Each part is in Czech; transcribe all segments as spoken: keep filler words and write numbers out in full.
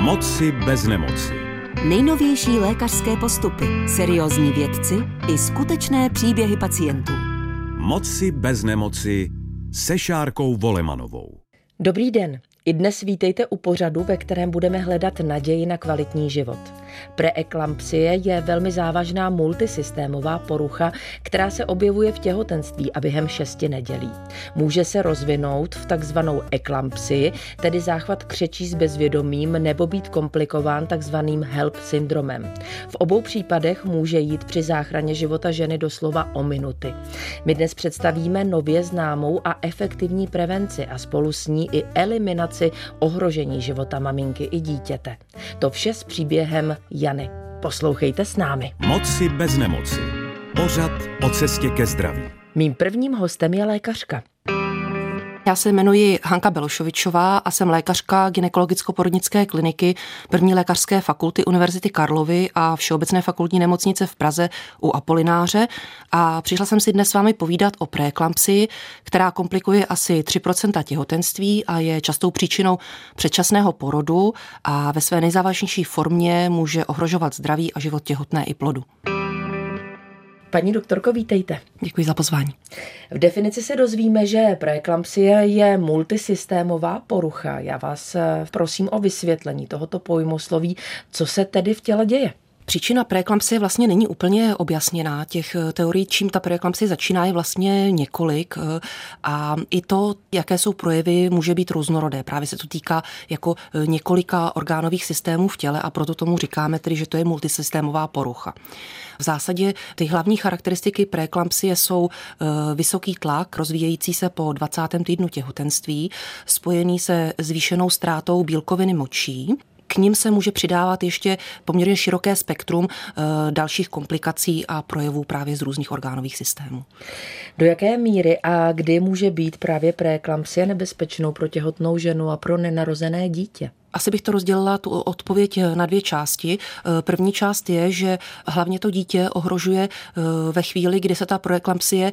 Moci bez nemoci. Nejnovější lékařské postupy, seriózní vědci i skutečné příběhy pacientů. Moci bez nemoci se Šárkou Volemanovou. Dobrý den. I dnes vítejte u pořadu, ve kterém budeme hledat naději na kvalitní život. Preeklampsie je velmi závažná multisystémová porucha, která se objevuje v těhotenství a během šesti nedělí. Může se rozvinout v takzvanou eklampsii, tedy záchvat křečí s bezvědomím, nebo být komplikován takzvaným HELP syndromem. V obou případech může jít při záchraně života ženy doslova o minuty. My dnes představíme nově známou a efektivní prevenci a spolu s ní i eliminaci ohrožení života maminky i dítěte. To vše s příběhem Jany. Poslouchejte s námi. Moci bez nemoci. Pořad o cestě ke zdraví. Mým prvním hostem je lékařka. Já se jmenuji Hanka Belošovičová a jsem lékařka gynekologicko-porodnické kliniky první lékařské fakulty Univerzity Karlovy a Všeobecné fakultní nemocnice v Praze u Apolináře a přišla jsem si dnes s vámi povídat o preeklampsii, která komplikuje asi tři procenta těhotenství a je častou příčinou předčasného porodu a ve své nejzávažnější formě může ohrožovat zdraví a život těhotné i plodu. Paní doktorko, vítejte. Děkuji za pozvání. V definici se dozvíme, že preeklampsie je multisystémová porucha. Já vás prosím o vysvětlení tohoto pojmosloví, co se tedy v těle děje. Příčina preeklampsie vlastně není úplně objasněná. Těch teorií, čím ta preeklampsie začíná, je vlastně několik a i to, jaké jsou projevy, může být různorodé. Právě se to týká jako několika orgánových systémů v těle a proto tomu říkáme tedy, že to je multisystémová porucha. V zásadě ty hlavní charakteristiky preeklampsie jsou vysoký tlak, rozvíjející se po dvacátém týdnu těhotenství, spojený se zvýšenou ztrátou bílkoviny močí. K nim se může přidávat ještě poměrně široké spektrum e, dalších komplikací a projevů právě z různých orgánových systémů. Do jaké míry a kdy může být právě preeklampsie nebezpečnou pro těhotnou ženu a pro nenarozené dítě? Asi bych to rozdělila tu odpověď na dvě části. První část je, že hlavně to dítě ohrožuje ve chvíli, kdy se ta preeklampsie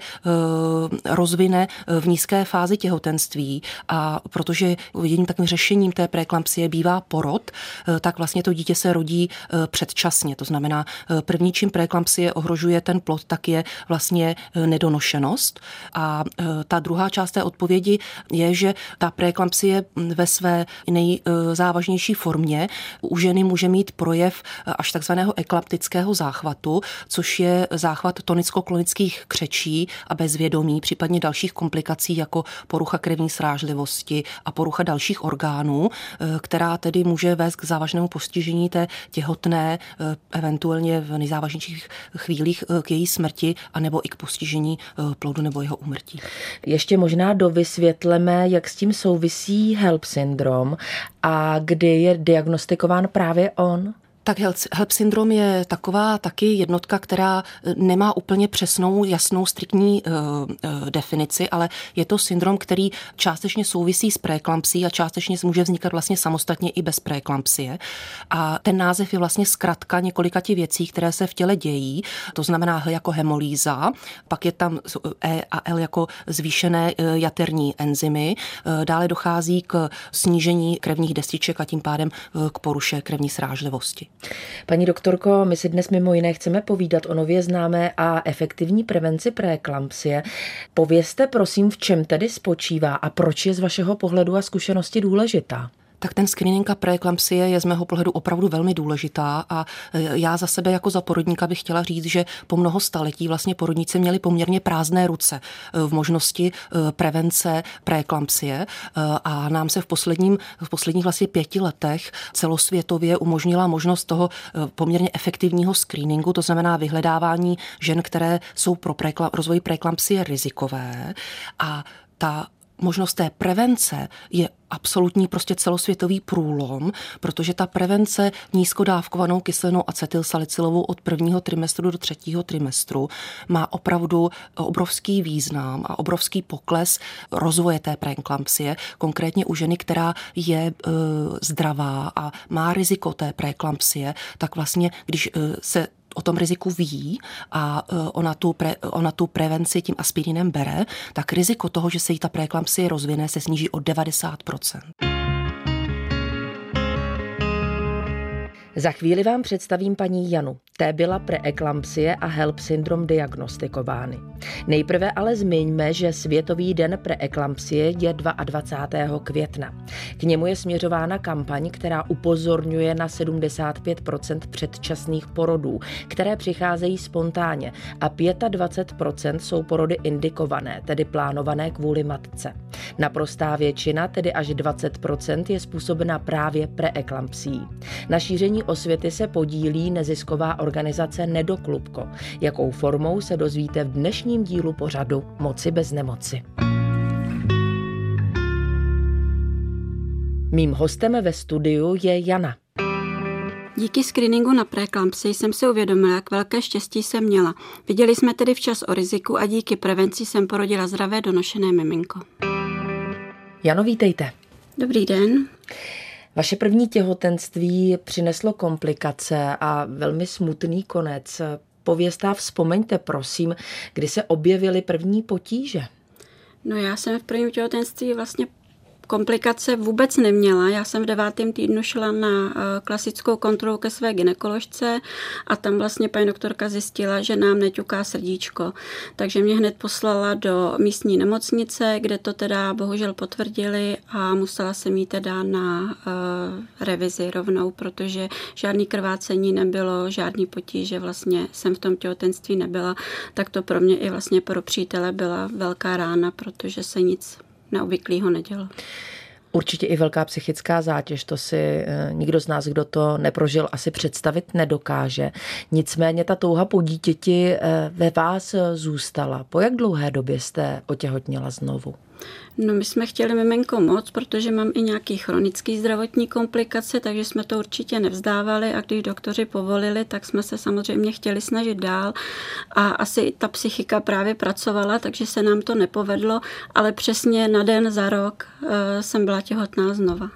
rozvine v nízké fázi těhotenství a protože jedním takovým řešením té preeklampsie bývá porod, tak vlastně to dítě se rodí předčasně. To znamená, první, čím preeklampsie ohrožuje ten plod, tak je vlastně nedonošenost. A ta druhá část té odpovědi je, že ta preeklampsie ve své nejzávažnější závažnější formě u ženy může mít projev až takzvaného eklaptického záchvatu, což je záchvat tonicko-klonických křečí a bezvědomí, případně dalších komplikací jako porucha krevní srážlivosti a porucha dalších orgánů, která tedy může vést k závažnému postižení té těhotné, eventuálně v nejzávažnějších chvílích k její smrti, anebo i k postižení plodu nebo jeho úmrtí. Ještě možná dovysvětleme, jak s tím souvisí HELP syndrom a kdy je diagnostikován právě on? Tak HELP syndrom je taková taky jednotka, která nemá úplně přesnou, jasnou, striktní uh, uh, definici, ale je to syndrom, který částečně souvisí s preeklampsií a částečně může vznikat vlastně samostatně i bez preeklampsie. A ten název je vlastně zkratka několika těch věcí, které se v těle dějí. To znamená H jako hemolýza, pak je tam E a L jako zvýšené jaterní enzymy. Dále dochází k snížení krevních destiček a tím pádem k poruše krevní srážlivosti. Paní doktorko, my si dnes mimo jiné chceme povídat o nově známé a efektivní prevenci preeklampsie. Povězte prosím, v čem tedy spočívá a proč je z vašeho pohledu a zkušenosti důležitá? Tak ten screening a preeklampsie je z mého pohledu opravdu velmi důležitá a já za sebe jako za porodníka bych chtěla říct, že po mnoho staletí vlastně porodníci měli poměrně prázdné ruce v možnosti prevence preeklampsie a nám se v, posledním, v posledních vlastně pěti letech celosvětově umožnila možnost toho poměrně efektivního screeningu, to znamená vyhledávání žen, které jsou pro preeklam, rozvoj preeklampsie rizikové a ta možnost té prevence je absolutní prostě celosvětový průlom, protože ta prevence nízkodávkovanou kyselinou acetylsalicylovou od prvního trimestru do třetího trimestru má opravdu obrovský význam a obrovský pokles rozvoje té preeklampsie, konkrétně u ženy, která je e, zdravá a má riziko té preeklampsie, tak vlastně, když e, se o tom riziku ví a ona tu, pre, ona tu prevenci tím aspirinem bere, tak riziko toho, že se jí ta preeklampsie rozvine, se sníží o devadesát procent. Za chvíli vám představím paní Janu. Té byla preeklampsie a HELP syndrom diagnostikovány. Nejprve ale zmiňme, že Světový den preeklampsie je dvacátého druhého května. K němu je směřována kampaň, která upozorňuje na sedmdesát pět procent předčasných porodů, které přicházejí spontánně, a dvacet pět procent jsou porody indikované, tedy plánované kvůli matce. Naprostá většina, tedy až dvacet procent, je způsobena právě preeklampsií. Na šíření osvěty se podílí nezisková organizace Nedoklubko. Jakou formou se dozvíte v dnešním dílu pořadu Moci bez nemoci. Mým hostem ve studiu je Jana. Díky screeningu na preeklampsii jsem si uvědomila, jak velké štěstí jsem měla. Viděli jsme tedy včas o riziku a díky prevenci jsem porodila zdravé donošené miminko. Jano, vítejte. Dobrý den. Vaše první těhotenství přineslo komplikace a velmi smutný konec. Povězte a vzpomeňte, prosím, kdy se objevily první potíže. No já jsem v prvním těhotenství vlastně komplikace vůbec neměla. Já jsem v devátém týdnu šla na klasickou kontrolu ke své gynekoložce a tam vlastně paní doktorka zjistila, že nám neťuká srdíčko. Takže mě hned poslala do místní nemocnice, kde to teda bohužel potvrdili a musela jsem jít teda na uh, revizi rovnou, protože žádný krvácení nebylo, žádný potíže, vlastně jsem v tom těhotenství nebyla. Tak to pro mě i vlastně pro přítele byla velká rána, protože se nic neobvyklého nedělo. Určitě i velká psychická zátěž, to si nikdo z nás, kdo to neprožil, asi představit nedokáže. Nicméně ta touha po dítěti ve vás zůstala. Po jak dlouhé době jste otěhotněla znovu? No my jsme chtěli miminko moc, protože mám i nějaký chronický zdravotní komplikace, takže jsme to určitě nevzdávali a když doktoři povolili, tak jsme se samozřejmě chtěli snažit dál a asi ta psychika právě pracovala, takže se nám to nepovedlo, ale přesně na den za rok uh, jsem byla těhotná znova.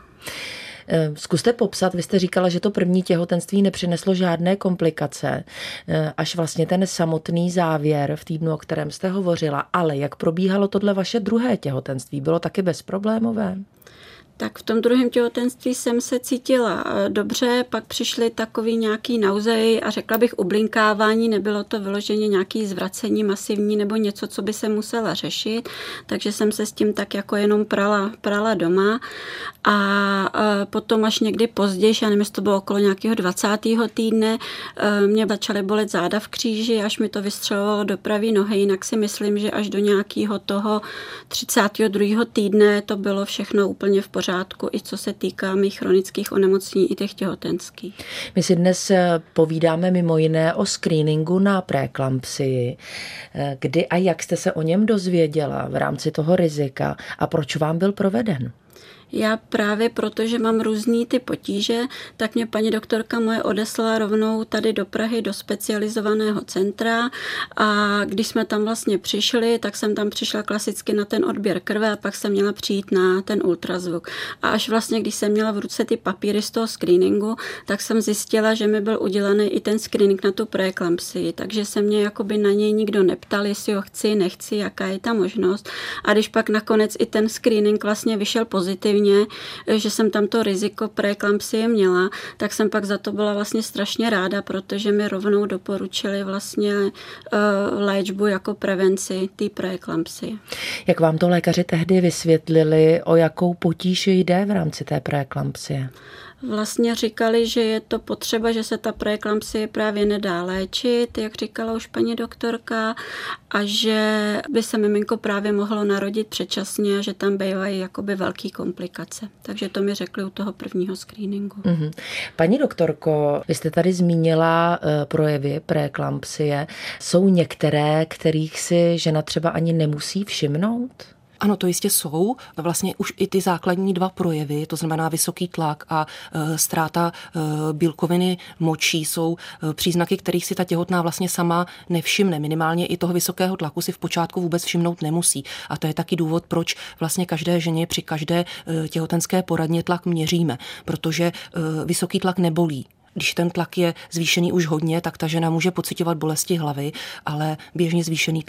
Zkuste popsat, vy jste říkala, že to první těhotenství nepřineslo žádné komplikace, až vlastně ten samotný závěr v týdnu, o kterém jste hovořila, ale jak probíhalo tohle vaše druhé těhotenství? Bylo taky bezproblémové? Tak v tom druhém těhotenství jsem se cítila dobře, pak přišly takový nějaký nauzej a řekla bych ublinkávání, nebylo to vyloženě nějaký zvracení masivní nebo něco, co by se musela řešit, takže jsem se s tím tak jako jenom prala, prala doma a potom až někdy později, já nevím, jestli to bylo okolo nějakého dvacátého týdne, mě začaly bolet záda v kříži, až mi to vystřelovalo do pravé nohy, jinak si myslím, že až do nějakého toho třicátého druhého týdne to bylo všechno úplně v pořádku. I co se týká mých chronických onemocnění i těch těhotenských. My si dnes povídáme mimo jiné o screeningu na preeklampsii. Kdy a jak jste se o něm dozvěděla v rámci toho rizika a proč vám byl proveden? Já právě proto, že mám různý ty potíže, tak mě paní doktorka moje odeslala rovnou tady do Prahy do specializovaného centra a když jsme tam vlastně přišli, tak jsem tam přišla klasicky na ten odběr krve a pak jsem měla přijít na ten ultrazvuk. A až vlastně, když jsem měla v ruce ty papíry z toho screeningu, tak jsem zjistila, že mi byl udělaný i ten screening na tu preeklampsii, takže se mě jakoby na něj nikdo neptal, jestli ho chci, nechci, jaká je ta možnost. A když pak nakonec i ten screening vlastně vyšel pozitivně, že jsem tam to riziko preeklampsie měla, tak jsem pak za to byla vlastně strašně ráda, protože mi rovnou doporučili vlastně uh, léčbu jako prevenci té preeklampsie. Jak vám to lékaři tehdy vysvětlili, o jakou potíž jde v rámci té preeklampsie? Vlastně říkali, že je to potřeba, že se ta preeklampsie právě nedá léčit, jak říkala už paní doktorka, a že by se miminko právě mohlo narodit předčasně a že tam bývají jakoby velký komplikace. Takže to mi řekli u toho prvního screeningu. Mm-hmm. Paní doktorko, vy jste tady zmínila uh, projevy preeklampsie. Jsou některé, kterých si žena třeba ani nemusí všimnout? Ano, to jistě jsou. Vlastně už i ty základní dva projevy, to znamená vysoký tlak a e, ztráta e, bílkoviny močí, jsou e, příznaky, kterých si ta těhotná vlastně sama nevšimne. Minimálně i toho vysokého tlaku si v počátku vůbec všimnout nemusí. A to je taky důvod, proč vlastně každé ženě při každé e, těhotenské poradně tlak měříme, protože e, vysoký tlak nebolí. Když ten tlak je zvýšený už hodně, tak ta žena může pociťovat bolesti hlavy, ale běžně zvýšený tlak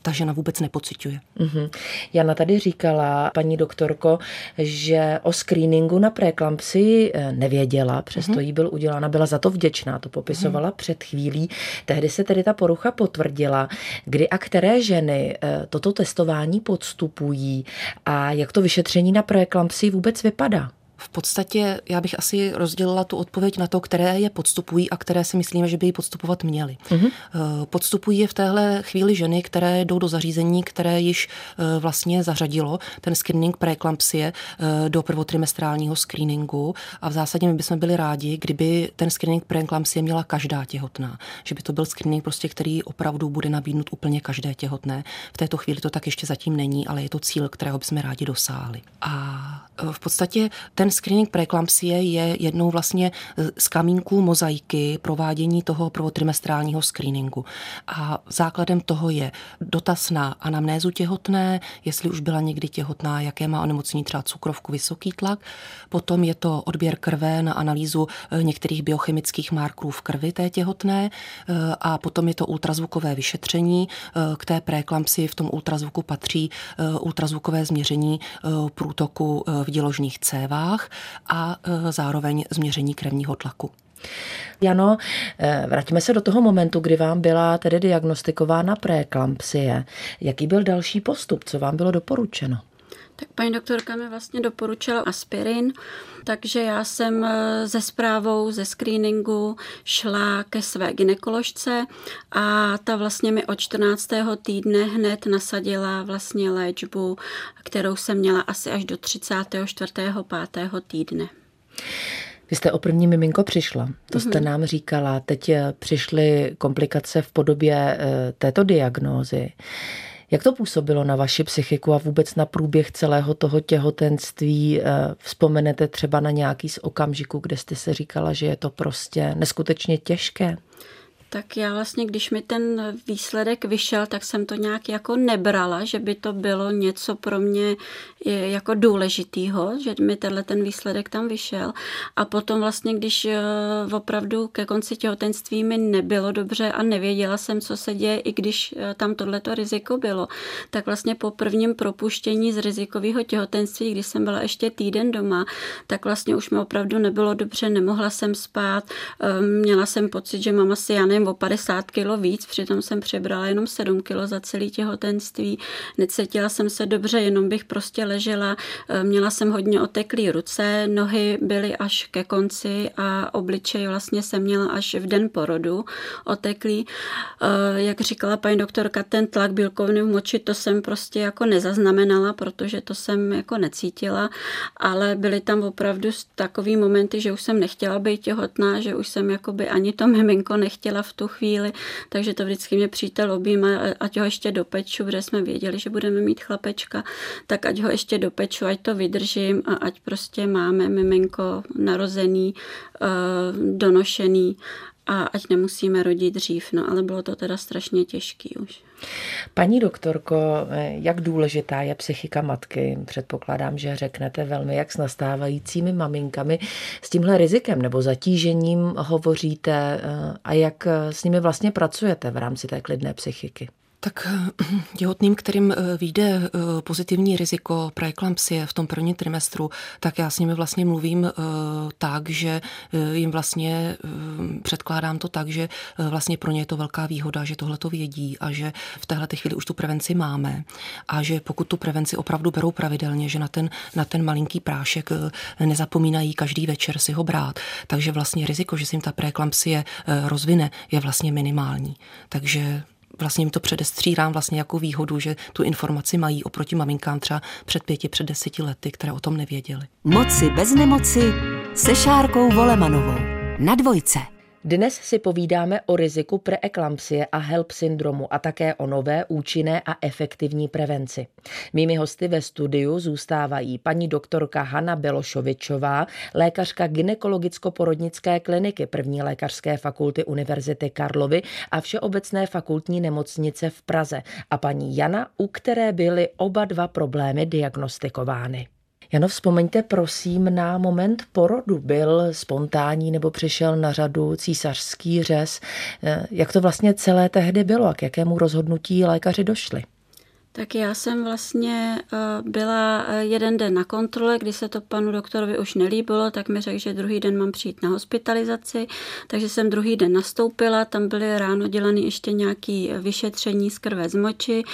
ta žena vůbec nepociťuje. Mm-hmm. Jana tady říkala, paní doktorko, že o screeningu na preeklampsii nevěděla, přesto mm-hmm. jí byl udělána, byla za to vděčná, to popisovala mm-hmm. před chvílí. Tehdy se tedy ta porucha potvrdila. Kdy a které ženy toto testování podstupují a jak to vyšetření na preeklampsii vůbec vypadá? V podstatě já bych asi rozdělila tu odpověď na to, které je podstupují a které si myslíme, že by ji podstupovat měly. Mm-hmm. Podstupují je v téhle chvíli ženy, které jdou do zařízení, které již vlastně zařadilo ten screening preeklampsie do prvotrimestrálního screeningu a v zásadě my bychom byli rádi, kdyby ten screening preeklampsie měla každá těhotná. Že by to byl screening, prostě, který opravdu bude nabídnut úplně každé těhotné. V této chvíli to tak ještě zatím není, ale je to cíl, kterého bychom rádi dosáhli. A v podstatě ten screening preeklampsie je jednou vlastně z kamínků mozaiky provádění toho prvotrimestrálního screeningu. A základem toho je dotaz na anamnézu těhotné, jestli už byla někdy těhotná, jaké má onemocnění, třeba cukrovku, vysoký tlak. Potom je to odběr krve na analýzu některých biochemických markerů v krvi té těhotné a potom je to ultrazvukové vyšetření. K té preeklampsii v tom ultrazvuku patří ultrazvukové změření průtoku v děložních cévách a zároveň změření krevního tlaku. Jano, vraťme se do toho momentu, kdy vám byla tedy diagnostikována preeklampsie. Jaký byl další postup? Co vám bylo doporučeno? Tak paní doktorka mi vlastně doporučila aspirin, takže já jsem se zprávou ze screeningu šla ke své gynekoložce a ta vlastně mi od čtrnáctého týdne hned nasadila vlastně léčbu, kterou jsem měla asi až do třicátého čtvrtého pátého týdne. Vy jste o první miminko přišla, to jste mm-hmm. nám říkala, teď přišly komplikace v podobě této diagnózy. Jak to působilo na vaši psychiku a vůbec na průběh celého toho těhotenství? Vzpomenete třeba na nějaký z okamžiků, kde jste se říkala, že je to prostě neskutečně těžké? Tak já vlastně, když mi ten výsledek vyšel, tak jsem to nějak jako nebrala, že by to bylo něco pro mě jako důležitýho, že mi tenhle ten výsledek tam vyšel. A potom vlastně, když opravdu ke konci těhotenství mi nebylo dobře a nevěděla jsem, co se děje, i když tam tohleto riziko bylo, tak vlastně po prvním propuštění z rizikového těhotenství, když jsem byla ještě týden doma, tak vlastně už mi opravdu nebylo dobře, nemohla jsem spát, měla jsem pocit, že mám asi, já nevím, o padesát kilo víc, přitom jsem přebrala jenom sedm kilo za celé těhotenství. Necítila jsem se dobře, jenom bych prostě ležela. Měla jsem hodně oteklý ruce, nohy byly až ke konci a obličej vlastně jsem měla až v den porodu oteklý. Jak říkala paní doktorka, ten tlak bílkoviny v moči, to jsem prostě jako nezaznamenala, protože to jsem jako necítila, ale byly tam opravdu takový momenty, že už jsem nechtěla být těhotná, že už jsem jakoby ani to miminko nechtěla v tu chvíli, takže to vždycky mě přítel objímá, ať ho ještě dopeču, protože jsme věděli, že budeme mít chlapečka, tak ať ho ještě dopeču, ať to vydržím a ať prostě máme miminko narozený, donošený a ať nemusíme rodit dřív, no ale bylo to teda strašně těžký už. Paní doktorko, jak důležitá je psychika matky? Předpokládám, že řeknete velmi, jak s nastávajícími maminkami s tímhle rizikem nebo zatížením hovoříte a jak s nimi vlastně pracujete v rámci té klidné psychiky. Tak těhotným, kterým vyjde pozitivní riziko preeklampsie v tom prvním trimestru, tak já s nimi vlastně mluvím tak, že jim vlastně předkládám to tak, že vlastně pro ně je to velká výhoda, že tohle to vědí a že v téhleté chvíli už tu prevenci máme a že pokud tu prevenci opravdu berou pravidelně, že na ten, na ten malinký prášek nezapomínají každý večer si ho brát, takže vlastně riziko, že se jim ta preeklampsie rozvine, je vlastně minimální. Takže vlastně jim to předestřírám vlastně jako výhodu, že tu informaci mají oproti maminkám třeba před pěti, před deseti lety, které o tom nevěděly. Moci bez nemoci se Šárkou Volemanovou na Dvojce. Dnes si povídáme o riziku preeklampsie a HELP syndromu a také o nové, účinné a efektivní prevenci. Mými hosty ve studiu zůstávají paní doktorka Hana Belošovičová, lékařka gynekologicko-porodnické kliniky první lékařské fakulty Univerzity Karlovy a Všeobecné fakultní nemocnice v Praze a paní Jana, u které byly oba dva problémy diagnostikovány. Jano, vzpomeňte prosím na moment porodu. Byl spontánní nebo přišel na řadu císařský řez? Jak to vlastně celé tehdy bylo a k jakému rozhodnutí lékaři došli? Tak já jsem vlastně byla jeden den na kontrole, kdy se to panu doktorovi už nelíbilo, tak mi řekl, že druhý den mám přijít na hospitalizaci, takže jsem druhý den nastoupila, tam byly ráno dělané ještě nějaké vyšetření z krve z moči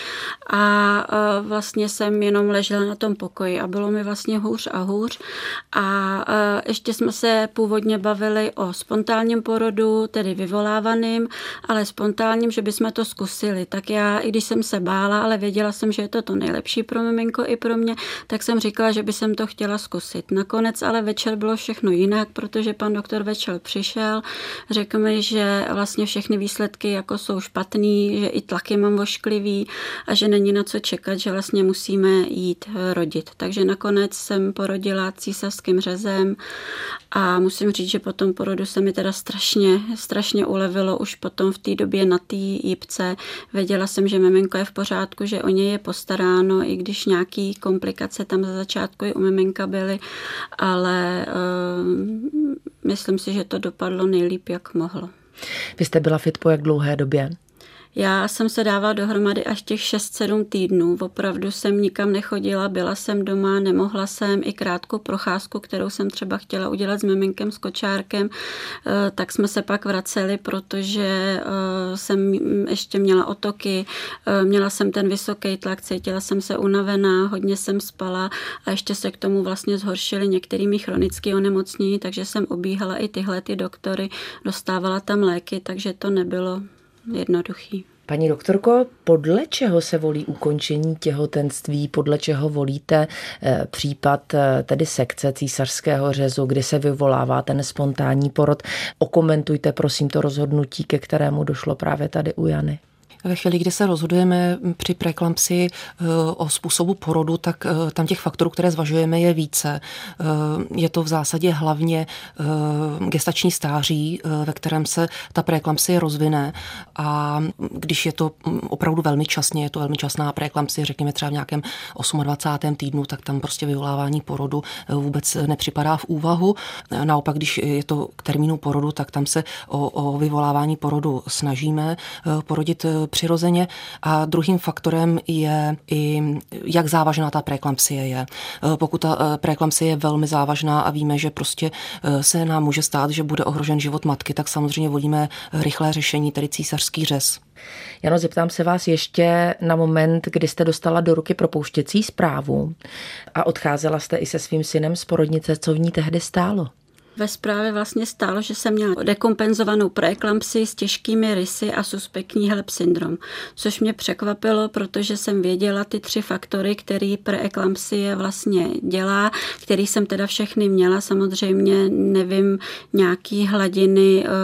a vlastně jsem jenom ležela na tom pokoji a bylo mi vlastně hůř a hůř a ještě jsme se původně bavili o spontánním porodu, tedy vyvolávaným, ale spontánním, že bychom to zkusili. Tak já, i když jsem se bála, ale věděla jsem, že je to to nejlepší pro miminko i pro mě, tak jsem říkala, že by jsem to chtěla zkusit. Nakonec ale večer bylo všechno jinak, protože pan doktor večer přišel, řekl mi, že vlastně všechny výsledky jako jsou špatný, že i tlaky mám ošklivý a že není na co čekat, že vlastně musíme jít rodit. Takže nakonec jsem porodila císařským řezem a musím říct, že po tom porodu se mi teda strašně, strašně ulevilo už potom v té době na té jípce. Věděla jsem, že miminko je v pořádku, že o něj je postaráno, i když nějaký komplikace tam za začátku i u miminka byly, ale uh, myslím si, že to dopadlo nejlíp, jak mohlo. Vy jste byla fit po jak dlouhé době? Já jsem se dávala dohromady až těch šest sedm týdnů. Opravdu jsem nikam nechodila, byla jsem doma, nemohla jsem i krátkou procházku, kterou jsem třeba chtěla udělat s miminkem, s kočárkem, tak jsme se pak vraceli, protože jsem ještě měla otoky, měla jsem ten vysoký tlak, cítila jsem se unavená, hodně jsem spala a ještě se k tomu vlastně zhoršily některými chronické onemocnění, takže jsem obíhala i tyhle ty doktory, dostávala tam léky, takže to nebylo jednoduchý. Paní doktorko, podle čeho se volí ukončení těhotenství, podle čeho volíte eh, případ eh, tedy sekce císařského řezu, kdy se vyvolává ten spontánní porod? Okomentujte prosím to rozhodnutí, ke kterému došlo právě tady u Jany. Ve chvíli, kdy se rozhodujeme při preeklampsii o způsobu porodu, tak tam těch faktorů, které zvažujeme, je více. Je to v zásadě hlavně gestační stáří, ve kterém se ta preeklampsie rozvine a když je to opravdu velmi časně, je to velmi časná preeklampsie, řekněme třeba v nějakém dvacátém osmém týdnu, tak tam prostě vyvolávání porodu vůbec nepřipadá v úvahu. Naopak, když je to k termínu porodu, tak tam se o, o vyvolávání porodu snažíme porodit přirozeně a druhým faktorem je i, jak závažná ta preeklampsie je. Pokud ta preeklampsie je velmi závažná a víme, že prostě se nám může stát, že bude ohrožen život matky, tak samozřejmě volíme rychlé řešení, tedy císařský řez. Jano, zeptám se vás ještě na moment, kdy jste dostala do ruky propouštěcí zprávu a odcházela jste i se svým synem z porodnice, co v ní tehdy stálo? Ve zprávě vlastně stálo, že jsem měla dekompenzovanou preeklampsii s těžkými rysy a suspektní HELLP syndrom, což mě překvapilo, protože jsem věděla ty tři faktory, který preeklampsie vlastně dělá, který jsem teda všechny měla. Samozřejmě nevím nějaký hladiny e,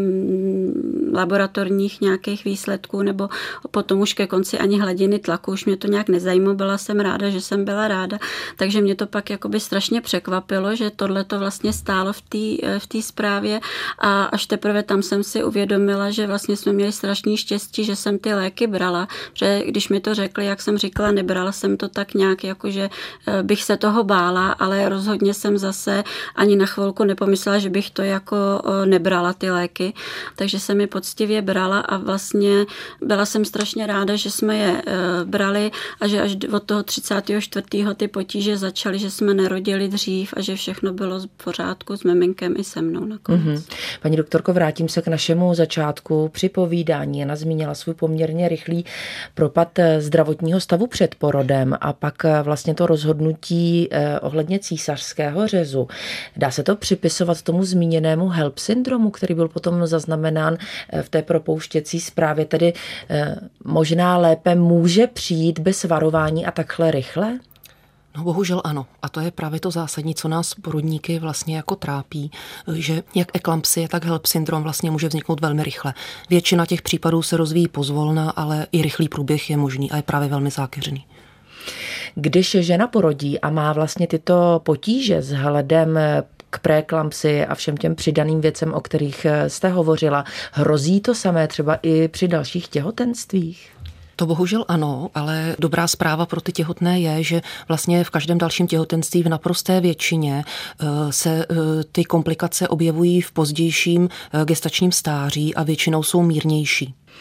laboratorních nějakých výsledků, nebo potom už ke konci ani hladiny tlaku, už mě to nějak nezajímalo, byla jsem ráda, že jsem byla ráda, takže mě to pak jakoby strašně překvapilo, že tohle to vlastně stálo v té v té zprávě a až teprve tam jsem si uvědomila, že vlastně jsme měli strašný štěstí, že jsem ty léky brala, že když mi to řekli, jak jsem říkala, nebrala jsem to tak nějak, jako že bych se toho bála, ale rozhodně jsem zase ani na chvilku nepomyslela, že bych to jako nebrala ty léky, takže jsem je poctivě brala a vlastně byla jsem strašně ráda, že jsme je brali a že až od toho třicátého čtvrtého ty potíže začaly, že jsme nerodili dřív a že všechno bylo v pořádku s miminkem i se mnou nakonec. Mm-hmm. Paní doktorko, vrátím se k našemu začátku při povídání. Jana zmínila svůj poměrně rychlý propad zdravotního stavu před porodem a pak vlastně to rozhodnutí eh, ohledně císařského řezu. Dá se to připisovat tomu zmíněnému HELLP syndromu, který byl potom zaznamenán v té propouštěcí zprávě, tedy eh, možná lépe může přijít bez varování a takhle rychle? No bohužel ano. A to je právě to zásadní, co nás porodníky vlastně jako trápí, že jak eklampsie, tak HELLP syndrom vlastně může vzniknout velmi rychle. Většina těch případů se rozvíjí pozvolna, ale i rychlý průběh je možný a je právě velmi zákeřný. Když žena porodí a má vlastně tyto potíže s hledem k preeklampsii a všem těm přidaným věcem, o kterých jste hovořila, hrozí to samé třeba i při dalších těhotenstvích? To bohužel ano, ale dobrá zpráva pro ty těhotné je, že vlastně v každém dalším těhotenství v naprosté většině se ty komplikace objevují v pozdějším gestačním stáří a většinou jsou mírnější.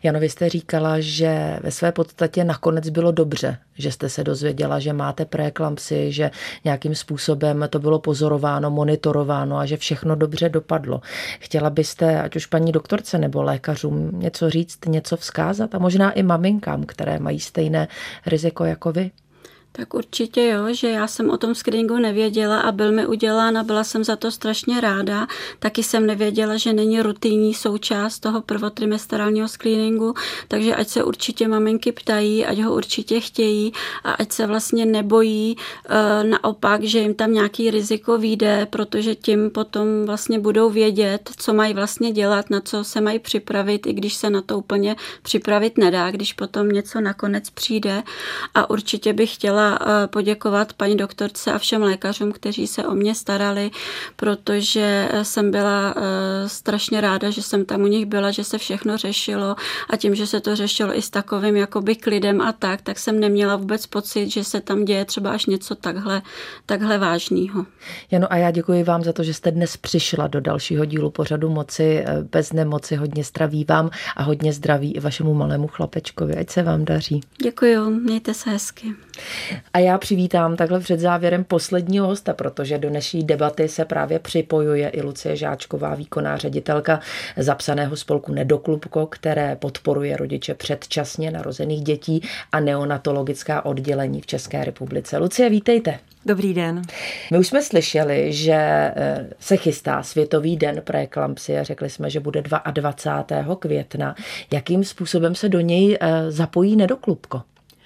Jano, vy jste říkala, že ve své podstatě nakonec bylo dobře, že jste se dozvěděla, že máte preeklampsii, že nějakým způsobem to bylo pozorováno, monitorováno a že všechno dobře dopadlo. Chtěla byste, ať už paní doktorce nebo lékařům, něco říct, něco vzkázat a možná i maminkám, které mají stejné riziko jako vy? Tak určitě jo, že já jsem o tom screeningu nevěděla a byl mi udělán a byla jsem za to strašně ráda. Taky jsem nevěděla, že není rutinní součást toho prvotrimestrálního screeningu, takže ať se určitě maminky ptají, ať ho určitě chtějí a ať se vlastně nebojí naopak, že jim tam nějaký riziko vyjde, protože tím potom vlastně budou vědět, co mají vlastně dělat, na co se mají připravit, i když se na to úplně připravit nedá, když potom něco nakonec přijde. A určitě bych chtěla poděkovat paní doktorce a všem lékařům, kteří se o mě starali, protože jsem byla strašně ráda, že jsem tam u nich byla, že se všechno řešilo a tím, že se to řešilo i s takovým jakoby klidem a tak, tak jsem neměla vůbec pocit, že se tam děje třeba až něco takhle, takhle vážného. Jano, a já děkuji vám za to, že jste dnes přišla do dalšího dílu pořadu Moci bez nemoci. Hodně zdraví vám a hodně zdraví i vašemu malému chlapečkovi. Ať se vám daří. Děkuju, mějte se hezky. A já přivítám takhle před závěrem posledního hosta, protože do dnešní debaty se právě připojuje i Lucie Žáčková, výkonná ředitelka zapsaného spolku Nedoklubko, které podporuje rodiče předčasně narozených dětí a neonatologická oddělení v České republice. Lucie, vítejte. Dobrý den. My už jsme slyšeli, že se chystá Světový den preeklampsie. Řekli jsme, že bude dvacátého druhého května. Jakým způsobem se do něj zapojí Nedoklubko?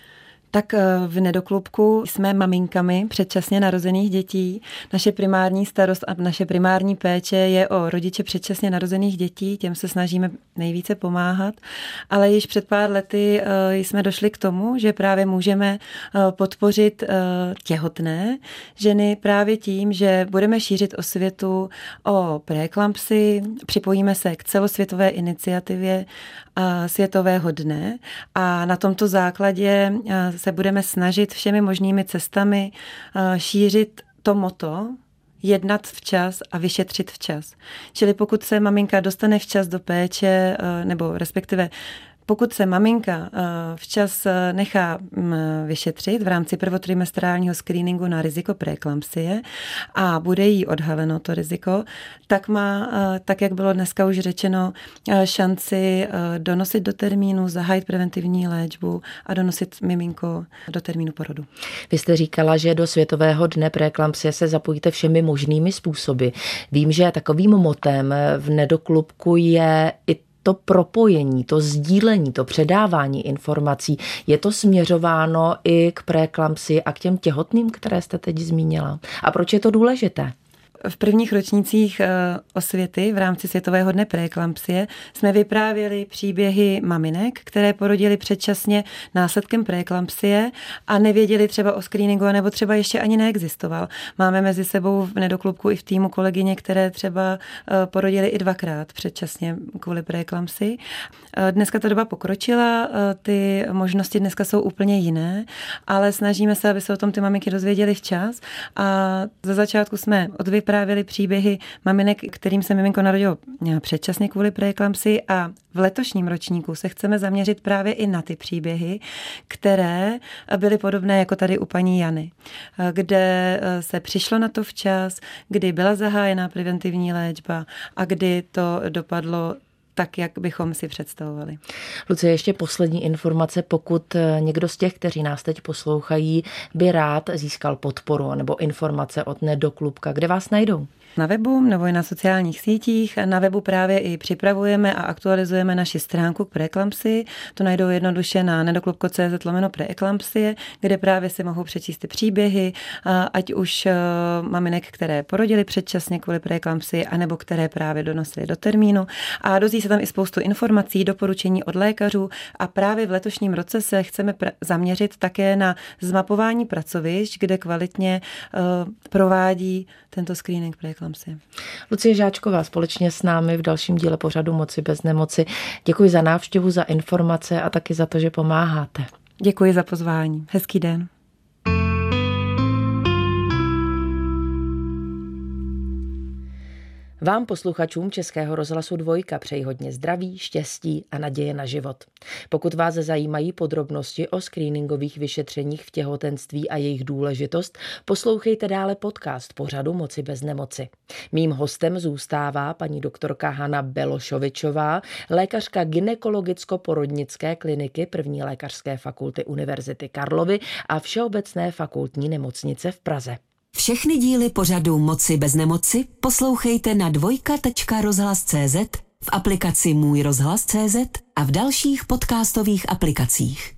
Tak v Nedoklubku jsme maminkami předčasně narozených dětí. Naše primární starost a naše primární péče je o rodiče předčasně narozených dětí, těm se snažíme nejvíce pomáhat, ale již před pár lety jsme došli k tomu, že právě můžeme podpořit těhotné ženy právě tím, že budeme šířit osvětu o preeklampsii, připojíme se k celosvětové iniciativě Světového dne a na tomto základě se budeme snažit všemi možnými cestami šířit to motto jednat včas a vyšetřit včas. Čili pokud se maminka dostane včas do péče, nebo respektive pokud se maminka včas nechá vyšetřit v rámci prvotrimestrálního screeningu na riziko preeklampsie a bude jí odhaleno to riziko, tak má, tak jak bylo dneska už řečeno, šanci donosit do termínu, zahájit preventivní léčbu a donosit miminko do termínu porodu. Vy jste říkala, že do Světového dne preeklampsie se zapojíte všemi možnými způsoby. Vím, že takovým motem v Nedoklubku je i to propojení, to sdílení, to předávání informací, je to směřováno i k preeklampsii a k těm těhotným, které jste teď zmínila? A proč je to důležité? V prvních ročnících osvěty v rámci Světového dne preeklampsie jsme vyprávěli příběhy maminek, které porodily předčasně následkem preeklampsie a nevěděli třeba o screeningu, nebo třeba ještě ani neexistoval. Máme mezi sebou v Nedoklubku i v týmu kolegyně, které třeba porodily i dvakrát předčasně kvůli preeklampsii. Dneska ta doba pokročila, ty možnosti dneska jsou úplně jiné, ale snažíme se, aby se o tom ty maminky dozvěděly včas a za začátku jsme odvyprávěli Vyprávěli příběhy maminek, kterým se miminko narodilo předčasně kvůli preeklampsii a v letošním ročníku se chceme zaměřit právě i na ty příběhy, které byly podobné jako tady u paní Jany, kde se přišlo na to včas, kdy byla zahájena preventivní léčba a kdy to dopadlo tak, jak bychom si představovali. Lucie, ještě poslední informace, pokud někdo z těch, kteří nás teď poslouchají, by rád získal podporu nebo informace od Nedoklubka, kde vás najdou? Na webu nebo i na sociálních sítích. Na webu právě i připravujeme a aktualizujeme naši stránku k preeklampsii. To najdou jednoduše na nedoklubko tečka cz lomeno preeklampsie, kde právě si mohou přečíst ty příběhy, ať už maminek, které porodily předčasně kvůli preeklampsii, anebo které právě donosily do termínu. A dozví se tam i spoustu informací, doporučení od lékařů a právě v letošním roce se chceme pr- zaměřit také na zmapování pracovišť, kde kvalitně uh, provádí tento screening preeklampsie. Lucie Žáčková společně s námi v dalším díle pořadu Moci bez nemoci. Děkuji za návštěvu, za informace a taky za to, že pomáháte. Děkuji za pozvání. Hezký den. Vám, posluchačům Českého rozhlasu Dvojka, přeji hodně zdraví, štěstí a naděje na život. Pokud vás zajímají podrobnosti o screeningových vyšetřeních v těhotenství a jejich důležitost, poslouchejte dále podcast pořadu Moci bez nemoci. Mým hostem zůstává paní doktorka Hana Belošovičová, lékařka gynekologicko-porodnické kliniky první lékařské fakulty Univerzity Karlovy a Všeobecné fakultní nemocnice v Praze. Všechny díly pořadu Moci bez nemoci poslouchejte na dvojka tečka rozhlas tečka cé zet, v aplikaci Můj rozhlas tečka cé zet a v dalších podcastových aplikacích.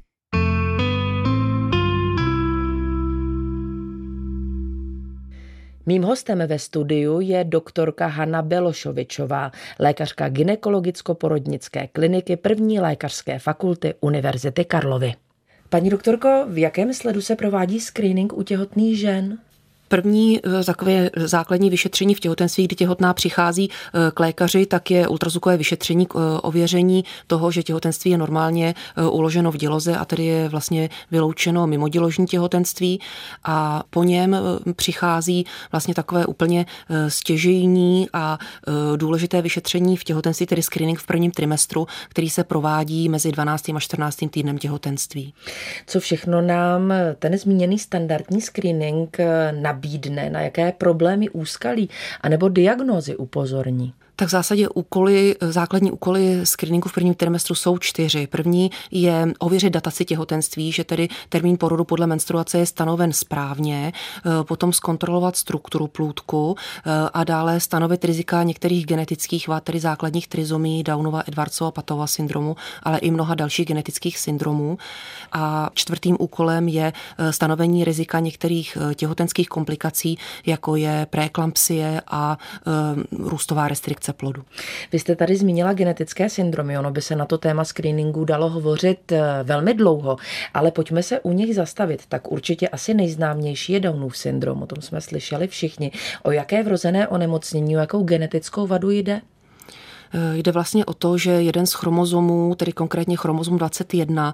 Mým hostem ve studiu je doktorka Hana Belošovičová, lékařka gynekologicko-porodnické kliniky první lékařské fakulty Univerzity Karlovy. Paní doktorko, v jakém sledu se provádí screening u těhotných žen? První takové základní vyšetření v těhotenství, kdy těhotná přichází k lékaři, tak je ultrazvukové vyšetření k ověření toho, že těhotenství je normálně uloženo v děloze a tedy je vlastně vyloučeno mimoděložní těhotenství, a po něm přichází vlastně takové úplně stěžejní a důležité vyšetření v těhotenství, tedy screening v prvním trimestru, který se provádí mezi dvanáctým a čtrnáctým týdnem těhotenství. Co všechno nám ten zmíněný standardní screening nabídne? Bídne, na jaké problémy, úskalí anebo diagnózy upozorní? Tak v zásadě úkoly, základní úkoly screeningu v prvním trimestru jsou čtyři. První je ověřit dataci těhotenství, že tedy termín porodu podle menstruace je stanoven správně, potom zkontrolovat strukturu plůdku a dále stanovit rizika některých genetických vad, tedy základních trizomí, Downova, Edwardsova, Patova syndromu, ale i mnoha dalších genetických syndromů. A čtvrtým úkolem je stanovení rizika některých těhotenských komplikací, jako je preeklampsie a růstová restrikce plodu. Vy jste tady zmínila genetické syndromy, ono by se na to téma screeningu dalo hovořit velmi dlouho, ale pojďme se u nich zastavit. Tak určitě asi nejznámější je Downův syndrom, o tom jsme slyšeli všichni. O jaké vrozené onemocnění, o jakou genetickou vadu jde? Jde vlastně o to, že jeden z chromozomů, tedy konkrétně chromozom dvacet jedna,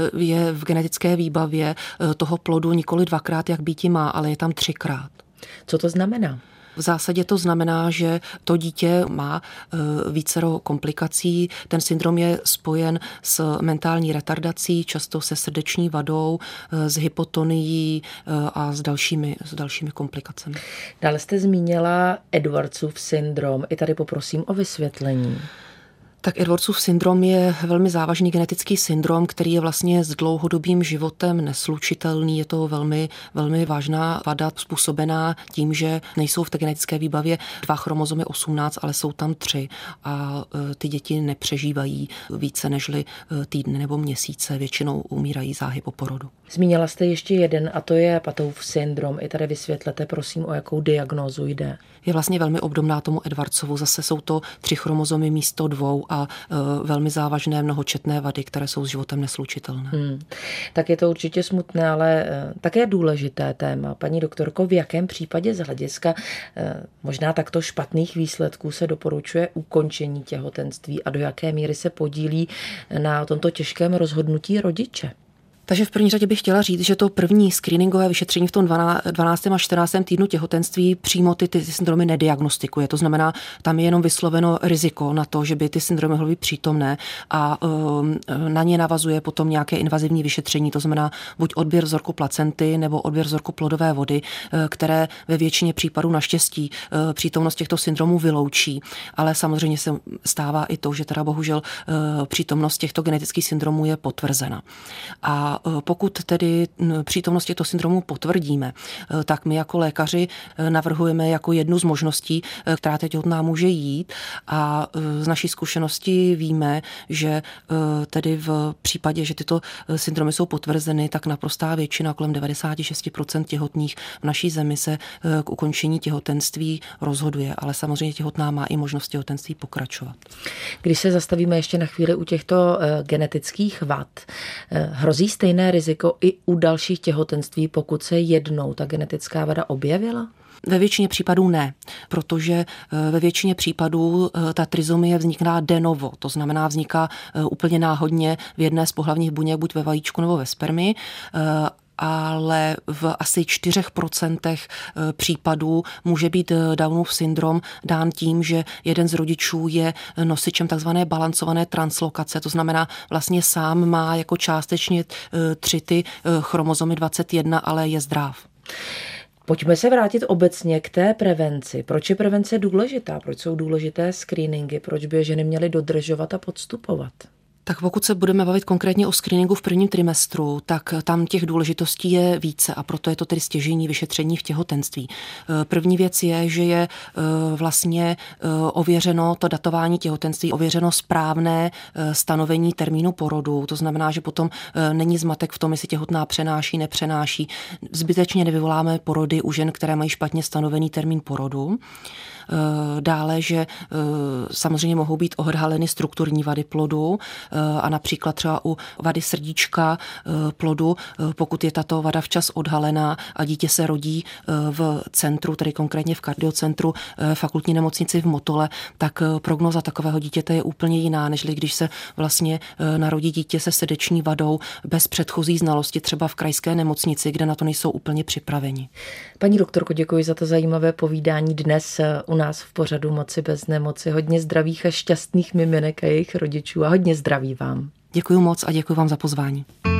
je v genetické výbavě toho plodu nikoli dvakrát, jak býti má, ale je tam třikrát. Co to znamená? V zásadě to znamená, že to dítě má vícero komplikací. Ten syndrom je spojen s mentální retardací, často se srdeční vadou, s hypotonií a s dalšími, s dalšími komplikacemi. Dále jste zmínila Edwardsův syndrom. I tady poprosím o vysvětlení. Tak Edwardsův syndrom je velmi závažný genetický syndrom, který je vlastně s dlouhodobým životem neslučitelný. Je to velmi, velmi vážná vada způsobená tím, že nejsou v té genetické výbavě dva chromozomy osmnáct, ale jsou tam tři a ty děti nepřežívají více nežli týdny nebo měsíce, většinou umírají záhy po porodu. Zmínila jste ještě jeden a to je Patov syndrom. I tady vysvětlete, prosím, o jakou diagnózu jde. Je vlastně velmi obdobná tomu Edwardsovu. Zase jsou to tři chromozomy místo dvou a uh, velmi závažné mnohočetné vady, které jsou s životem neslučitelné. Hmm. Tak je to určitě smutné, ale uh, také důležité téma. Paní doktorko, v jakém případě z hlediska uh, možná takto špatných výsledků se doporučuje ukončení těhotenství a do jaké míry se podílí na tomto těžkém rozhodnutí rodiče? Takže v první řadě bych chtěla říct, že to první screeningové vyšetření v tom dvanáctém a čtrnáctém týdnu těhotenství přímo ty, ty syndromy nediagnostikuje. To znamená, tam je jenom vysloveno riziko na to, že by ty syndromy mohly být přítomné a um, na ně navazuje potom nějaké invazivní vyšetření, to znamená buď odběr vzorku placenty nebo odběr vzorku plodové vody, které ve většině případů naštěstí přítomnost těchto syndromů vyloučí. Ale samozřejmě se stává i to, že teda bohužel přítomnost těchto genetických syndromů je potvrzena. A pokud tedy přítomnost těchto syndromů potvrdíme, tak my jako lékaři navrhujeme jako jednu z možností, která teď od nás může jít, a z naší zkušenosti víme, že tedy v případě, že tyto syndromy jsou potvrzeny, tak naprostá většina, kolem devadesát šest procent těhotných v naší zemi se k ukončení těhotenství rozhoduje, ale samozřejmě těhotná má i možnost těhotenství pokračovat. Když se zastavíme ještě na chvíli u těchto genetických vad, hrozí stejné riziko i u dalších těhotenství, pokud se jednou ta genetická vada objevila? Ve většině případů ne, protože ve většině případů ta trizomie vzniká de novo, to znamená vzniká úplně náhodně v jedné z pohlavních buněk, buď ve vajíčku nebo ve spermii. ale v asi čtyřech procentech případů může být Downův syndrom dán tím, že jeden z rodičů je nosičem takzvané balancované translokace, to znamená vlastně sám má jako částečně tři ty chromozomy dvacet jedna, ale je zdrav. Pojďme se vrátit obecně k té prevenci. Proč je prevence důležitá? Proč jsou důležité screeningy? Proč by je ženy měly dodržovat a podstupovat? Tak pokud se budeme bavit konkrétně o screeningu v prvním trimestru, tak tam těch důležitostí je více a proto je to tedy stěžejní vyšetření v těhotenství. První věc je, že je vlastně ověřeno to datování těhotenství, ověřeno správné stanovení termínu porodu. To znamená, že potom není zmatek v tom, jestli těhotná přenáší, nepřenáší. Zbytečně nevyvoláme porody u žen, které mají špatně stanovený termín porodu. Dále, že samozřejmě mohou být odhaleny strukturní vady plodu a například třeba u vady srdíčka plodu, pokud je tato vada včas odhalená a dítě se rodí v centru, tedy konkrétně v kardiocentru fakultní nemocnici v Motole, tak prognoza takového dítěte je úplně jiná, než když se vlastně narodí dítě se srdeční vadou bez předchozí znalosti, třeba v krajské nemocnici, kde na to nejsou úplně připraveni. Paní doktorko, děkuji za to zajímavé povídání dnes u nás v pořadu Moci bez nemoci. Hodně zdravých a šťastných miminek a jejich rodičů a hodně zdraví vám. Děkuji moc a děkuji vám za pozvání.